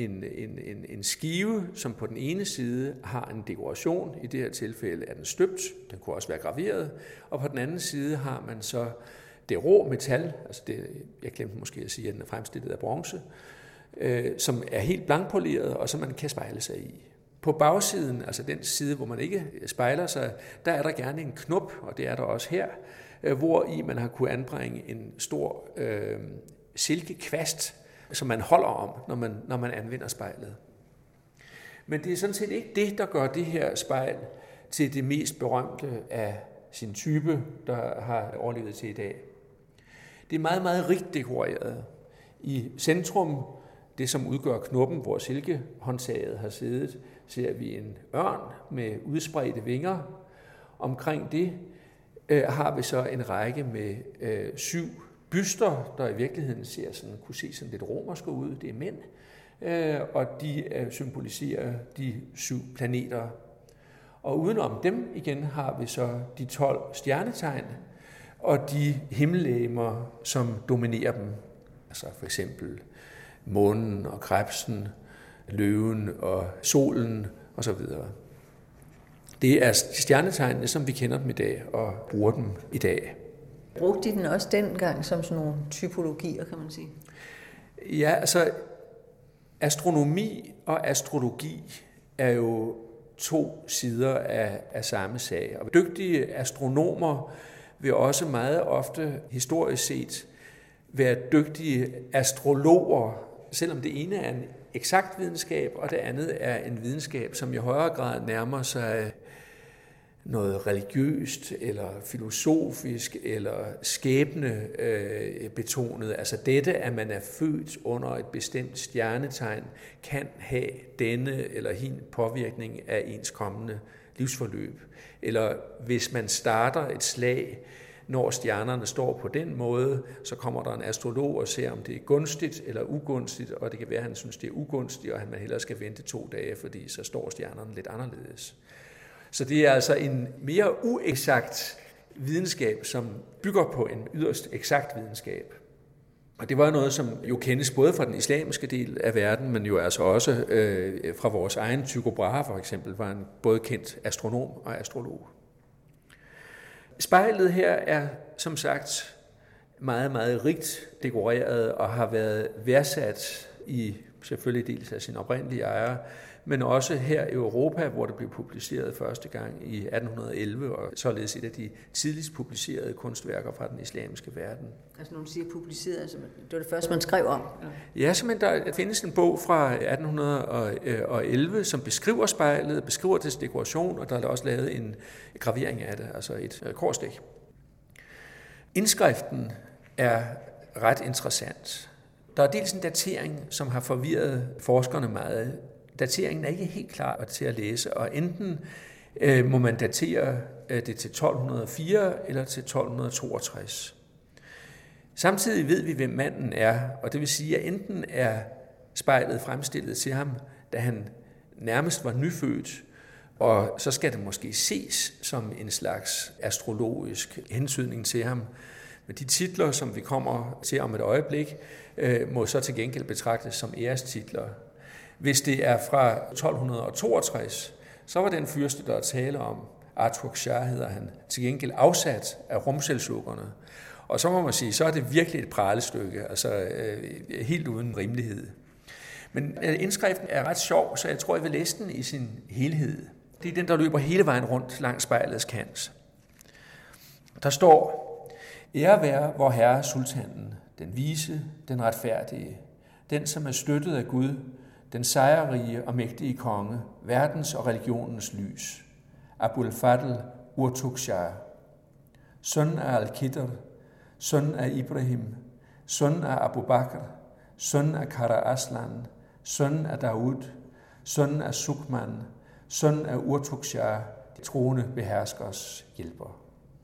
en skive, som på den ene side har en dekoration, i det her tilfælde er den støbt, den kunne også være graveret, og på den anden side har man så det rå metal, altså det, jeg glemte måske at sige, at den er fremstillet af bronze, som er helt blankpoleret, og som man kan spejle sig i. På bagsiden, altså den side, hvor man ikke spejler sig, der er der gerne en knop, og det er der også her, hvor i man har kunne anbringe en stor silkekvast, som man holder om, når man anvender spejlet. Men det er sådan set ikke det, der gør det her spejl til det mest berømte af sin type, der har overlevet til i dag. Det er meget, meget rigt dekoreret. I centrum, det som udgør knoppen, hvor silkehåndtaget har siddet, ser vi en ørn med udspredte vinger. Omkring det har vi så en række med 7 byster, der i virkeligheden kunne se sådan lidt romerske ud. Det er mænd, og de symboliserer de 7 planeter. Og udenom dem igen har vi så de 12 stjernetegn og de himmellegemer, som dominerer dem. Altså for eksempel månen og krebsen, løven og solen osv. Det er stjernetegnene, som vi kender dem i dag og bruger dem i dag. Brugte de den også dengang som sådan nogle typologier, kan man sige? Ja, altså astronomi og astrologi er jo 2 sider af samme sag. Og dygtige astronomer vil også meget ofte historisk set være dygtige astrologer, selvom det ene er en eksakt videnskab, og det andet er en videnskab, som i højere grad nærmer sig noget religiøst, eller filosofisk, eller skæbnebetonet. Altså dette, at man er født under et bestemt stjernetegn, kan have denne eller hin påvirkning af ens kommende livsforløb. Eller hvis man starter et slag, når stjernerne står på den måde, så kommer der en astrolog og ser, om det er gunstigt eller ugunstigt, og det kan være, at han synes, det er ugunstigt, og at man hellere skal vente 2 dage, fordi så står stjernerne lidt anderledes. Så det er altså en mere ueksakt videnskab, som bygger på en yderst eksakt videnskab. Og det var noget, som jo kendes både fra den islamiske del af verden, men jo altså også fra vores egen Tycho Brahe for eksempel, var en både kendt astronom og astrolog. Spejlet her er som sagt meget, meget rigt dekoreret og har været værdsat i selvfølgelig dels af sin oprindelige ejer, men også her i Europa, hvor det blev publiceret første gang i 1811, og således et af de tidligst publicerede kunstværker fra den islamiske verden. Altså nogen siger publiceret, altså det var det første, man skrev om? Ja, simpelthen der findes en bog fra 1811, som beskriver spejlet, beskriver dets dekoration, og der er også lavet en gravering af det, altså et korsdæk. Indskriften er ret interessant. Der er dels en datering, som har forvirret forskerne meget. Dateringen er ikke helt klar til at læse, og enten må man datere det til 1204 eller til 1262. Samtidig ved vi, hvem manden er, og det vil sige, at enten er spejlet fremstillet til ham, da han nærmest var nyfødt, og så skal det måske ses som en slags astrologisk hentydning til ham. Men de titler, som vi kommer til om et øjeblik, må så til gengæld betragtes som ærestitler. Hvis det er fra 1262, så var den fyrste, der er tale om, Arthur Shah hedder han, til gengæld afsat af rumseldsjukkerne. Og så må man sige, så er det virkelig et pralestykke, altså helt uden rimelighed. Men indskriften er ret sjov, så jeg tror, jeg vil læse den i sin helhed. Det er den, der løber hele vejen rundt langs spejlets kant. Der står: Ære være vor herre sultanen, den vise, den retfærdige, den som er støttet af Gud, den sejrrige og mægtige konge, verdens og religionens lys, Abul Fadl Urtuk Shah, søn af Al-Qidr, søn af Ibrahim, søn af Abu Bakr, søn af Kara Aslan, søn af Daud, søn af Sukman, søn af Urtuk Shah, de troende beherskers hjælper.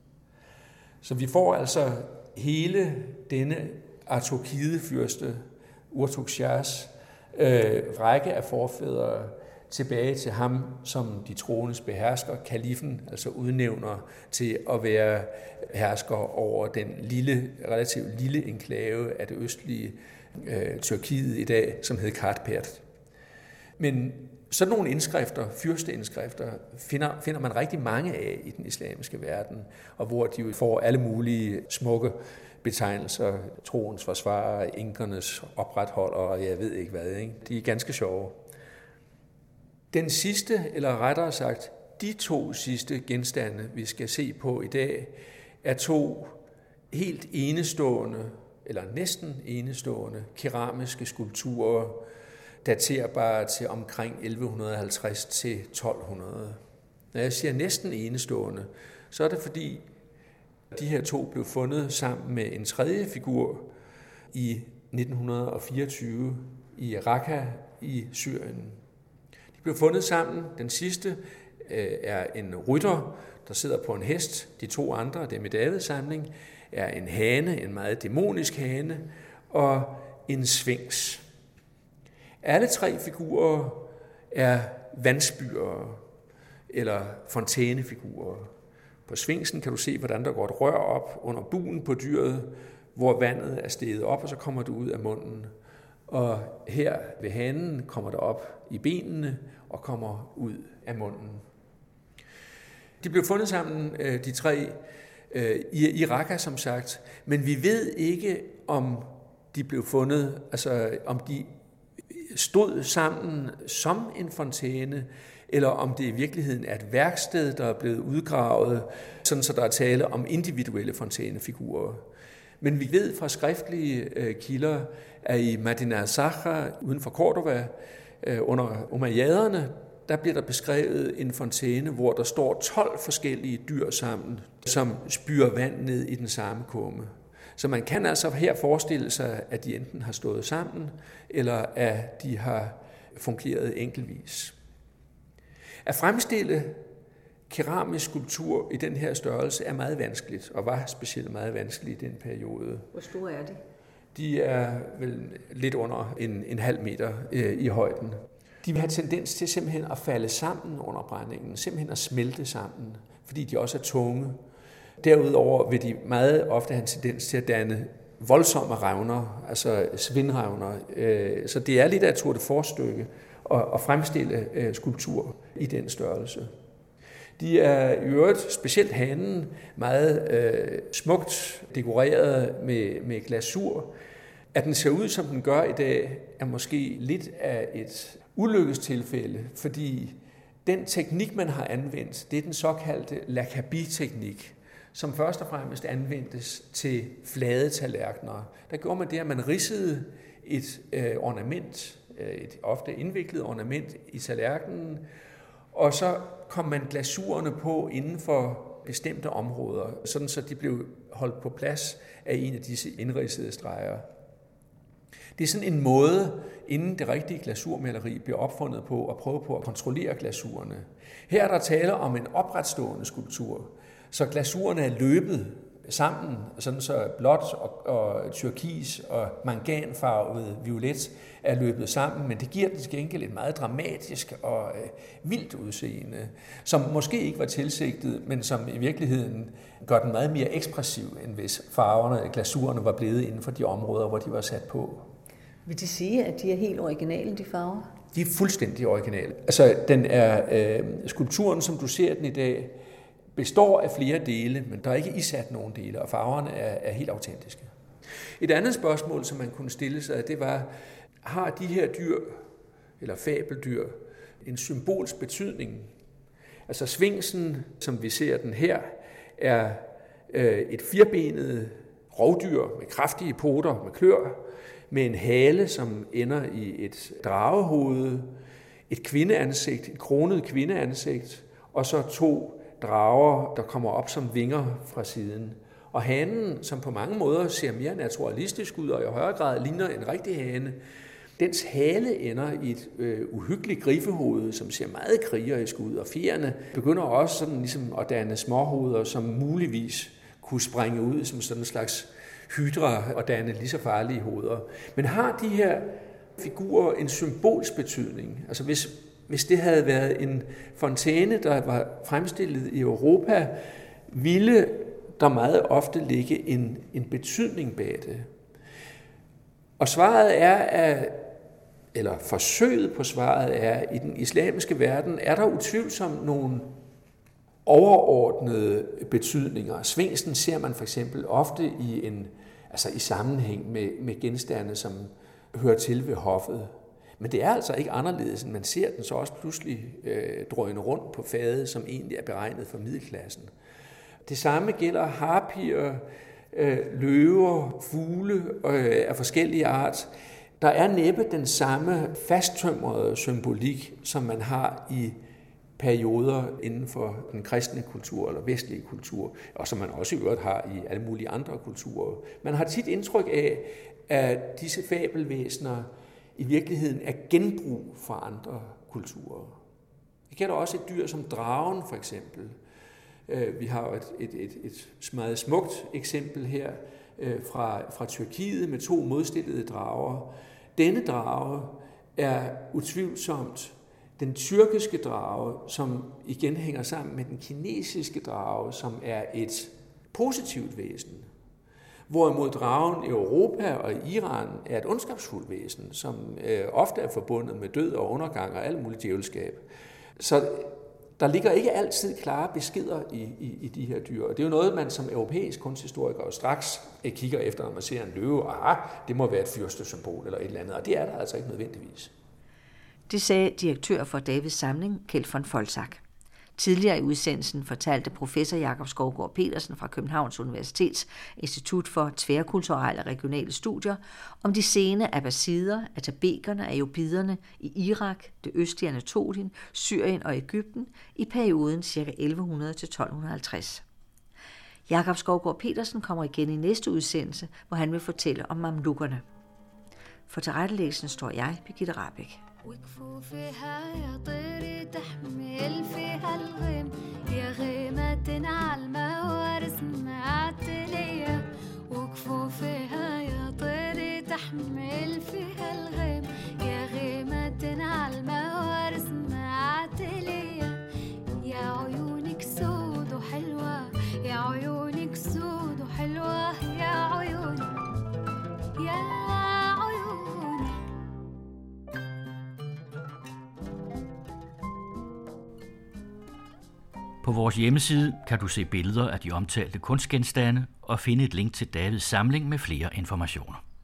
Så vi får altså hele denne Artukide-fyrste, Urtuk Shahs, række af forfædre tilbage til ham, som de troendes behersker, kalifen, altså udnævner til at være hersker over den relativt lille enklave af det østlige Tyrkiet i dag, som hed Kartpert. Men sådan nogle indskrifter, fyrsteindskrifter, finder man rigtig mange af i den islamiske verden, og hvor de får alle mulige smukke betegnelser, troens forsvarere, inkernes opretholdere, og jeg ved ikke hvad. Ikke? De er ganske sjove. Den sidste, eller rettere sagt, de 2 sidste genstande, vi skal se på i dag, er 2 helt enestående, eller næsten enestående, keramiske skulpturer, daterbare til omkring 1150 til 1200. Når jeg siger næsten enestående, så er det fordi, de her 2 blev fundet sammen med en tredje figur i 1924 i Raqqa i Syrien. De blev fundet sammen. Den sidste er en rytter, der sidder på en hest. De 2 andre, det er med Davids samling, er en hane, en meget dæmonisk hane, og en sfinks. Alle 3 figurer er vandspyrer eller fontænefigurer. På sfinksen kan du se, hvordan der går et rør op under bugen på dyret, hvor vandet er steget op, og så kommer det ud af munden. Og her ved hanen kommer det op i benene og kommer ud af munden. De blev fundet sammen, de 3, i Raqqa, som sagt, men vi ved ikke, om de blev fundet, altså om de stod sammen som en fontæne, eller om det i virkeligheden er et værksted, der er blevet udgravet, sådan så der er tale om individuelle fontænefigurer. Men vi ved fra skriftlige kilder, at i Madinah al-Sakhra uden for Cordova, under umayyaderne, der bliver der beskrevet en fontæne, hvor der står 12 forskellige dyr sammen, som spyrer vand ned i den samme kumme. Så man kan altså her forestille sig, at de enten har stået sammen, eller at de har fungeret enkeltvis. At fremstille keramisk skulptur i den her størrelse er meget vanskeligt, og var specielt meget vanskeligt i den periode. Hvor store er de? De er vel lidt under en halv meter i højden. De vil have tendens til simpelthen at falde sammen under brændingen, simpelthen at smelte sammen, fordi de også er tunge. Derudover vil de meget ofte have en tendens til at danne voldsomme revner, altså svindrevner. Så det er lidt af et tour de force-stykke at fremstille skulptur i den størrelse. De er i øvrigt, specielt hanen, meget smukt dekoreret med glasur. At den ser ud, som den gør i dag, er måske lidt af et ulykkestilfælde, fordi den teknik, man har anvendt, det er den såkaldte lakabi-teknik, som først og fremmest anvendtes til flade tallerkener. Der gjorde man det, at man ridsede et ornament, et ofte indviklet ornament i tallerkenen, og så kom man glasurerne på inden for bestemte områder, sådan så de blev holdt på plads af en af disse indridsede streger. Det er sådan en måde, inden det rigtige glasurmaleri bliver opfundet på, at prøve på at kontrollere glasurerne. Her er der tale om en opretstående skulptur, så glasurerne er løbet sammen, sådan så blåt og turkis og manganfarvet violet er løbet sammen, men det giver den til gengæld et meget dramatisk og vildt udseende, som måske ikke var tilsigtet, men som i virkeligheden gør den meget mere ekspressiv, end hvis farverne, glasurerne var blevet inden for de områder, hvor de var sat på. Vil de sige, at de er helt originale, de farver? De er fuldstændig originale. Altså, den er skulpturen, som du ser den i dag, består af flere dele, men der er ikke isat nogen dele, og farverne er helt autentiske. Et andet spørgsmål, som man kunne stille sig, det var, har de her dyr, eller fabeldyr, en symbolsk betydning? Altså sfinksen, som vi ser den her, er et firbenet rovdyr med kraftige poter, med klør, med en hale, som ender i et dragehoved, et kvindeansigt, et kronet kvindeansigt, og så 2 drager, der kommer op som vinger fra siden. Og hanen, som på mange måder ser mere naturalistisk ud og i højere grad ligner en rigtig hane, dens hale ender i et uhyggeligt griffehoved, som ser meget krigerisk ud, og fjerene begynder også sådan ligesom at danne småhoveder, som muligvis kunne springe ud som sådan en slags hydra og danne lige så farlige hoveder. Men har de her figurer en symbolsk betydning? Altså hvis det havde været en fontæne, der var fremstillet i Europa, ville der meget ofte ligge en betydning bag det. Og svaret er, eller forsøget på svaret er, i den islamiske verden er der utvivlsomt nogle overordnede betydninger. Sfinksen ser man for eksempel ofte i sammenhæng med genstande, som hører til ved hoffet. Men det er altså ikke anderledes, end man ser den så også pludselig drøne rundt på fadet, som egentlig er beregnet for middelklassen. Det samme gælder harpier, løver, fugle af forskellige art. Der er næppe den samme fasttømrede symbolik, som man har i perioder inden for den kristne kultur eller vestlige kultur, og som man også i øvrigt har i alle mulige andre kulturer. Man har tit indtryk af, at disse fabelvæsener i virkeligheden er genbrug fra andre kulturer. Det gælder også et dyr som dragen for eksempel. Vi har et meget smukt eksempel her fra Tyrkiet med 2 modstillede drager. Denne drage er utvivlsomt den tyrkiske drage, som igen hænger sammen med den kinesiske drage, som er et positivt væsen. Hvorimod dragen i Europa og i Iran er et ondskabsfuldt væsen, som ofte er forbundet med død og undergang og alt muligt djævelskab. Så der ligger ikke altid klare beskeder i de her dyr, og det er jo noget, man som europæisk kunsthistoriker straks kigger efter, når man ser en løve, og det må være et fyrstesymbol eller et eller andet, og det er der altså ikke nødvendigvis. Det sagde direktør for Davids Samling, Kjeld von Folsak. Tidligere i udsendelsen fortalte professor Jakob Skovgaard Petersen fra Københavns Universitets Institut for Tværkulturelle og Regionale Studier om de sene abbasider, atabekerne og ayubiderne i Irak, det østlige Anatolien, Syrien og Egypten i perioden ca. 1100 til 1250. Jakob Skovgaard Petersen kommer igen i næste udsendelse, hvor han vil fortælle om mamlukkerne. For tilrettelæggelsen står jeg, Birgitte Rahbek. وكفوفها يا طيري تحمل فيها الغيم يا غيمة على الموارث معتلية وكفوفها يا طيري تحمل فيها الغيم يا غيمة على الموارث معتلية يا عيونك سود وحلوة يا عيونك سود وحلوة يا عيونك يا På vores hjemmeside kan du se billeder af de omtalte kunstgenstande og finde et link til Davids Samling med flere informationer.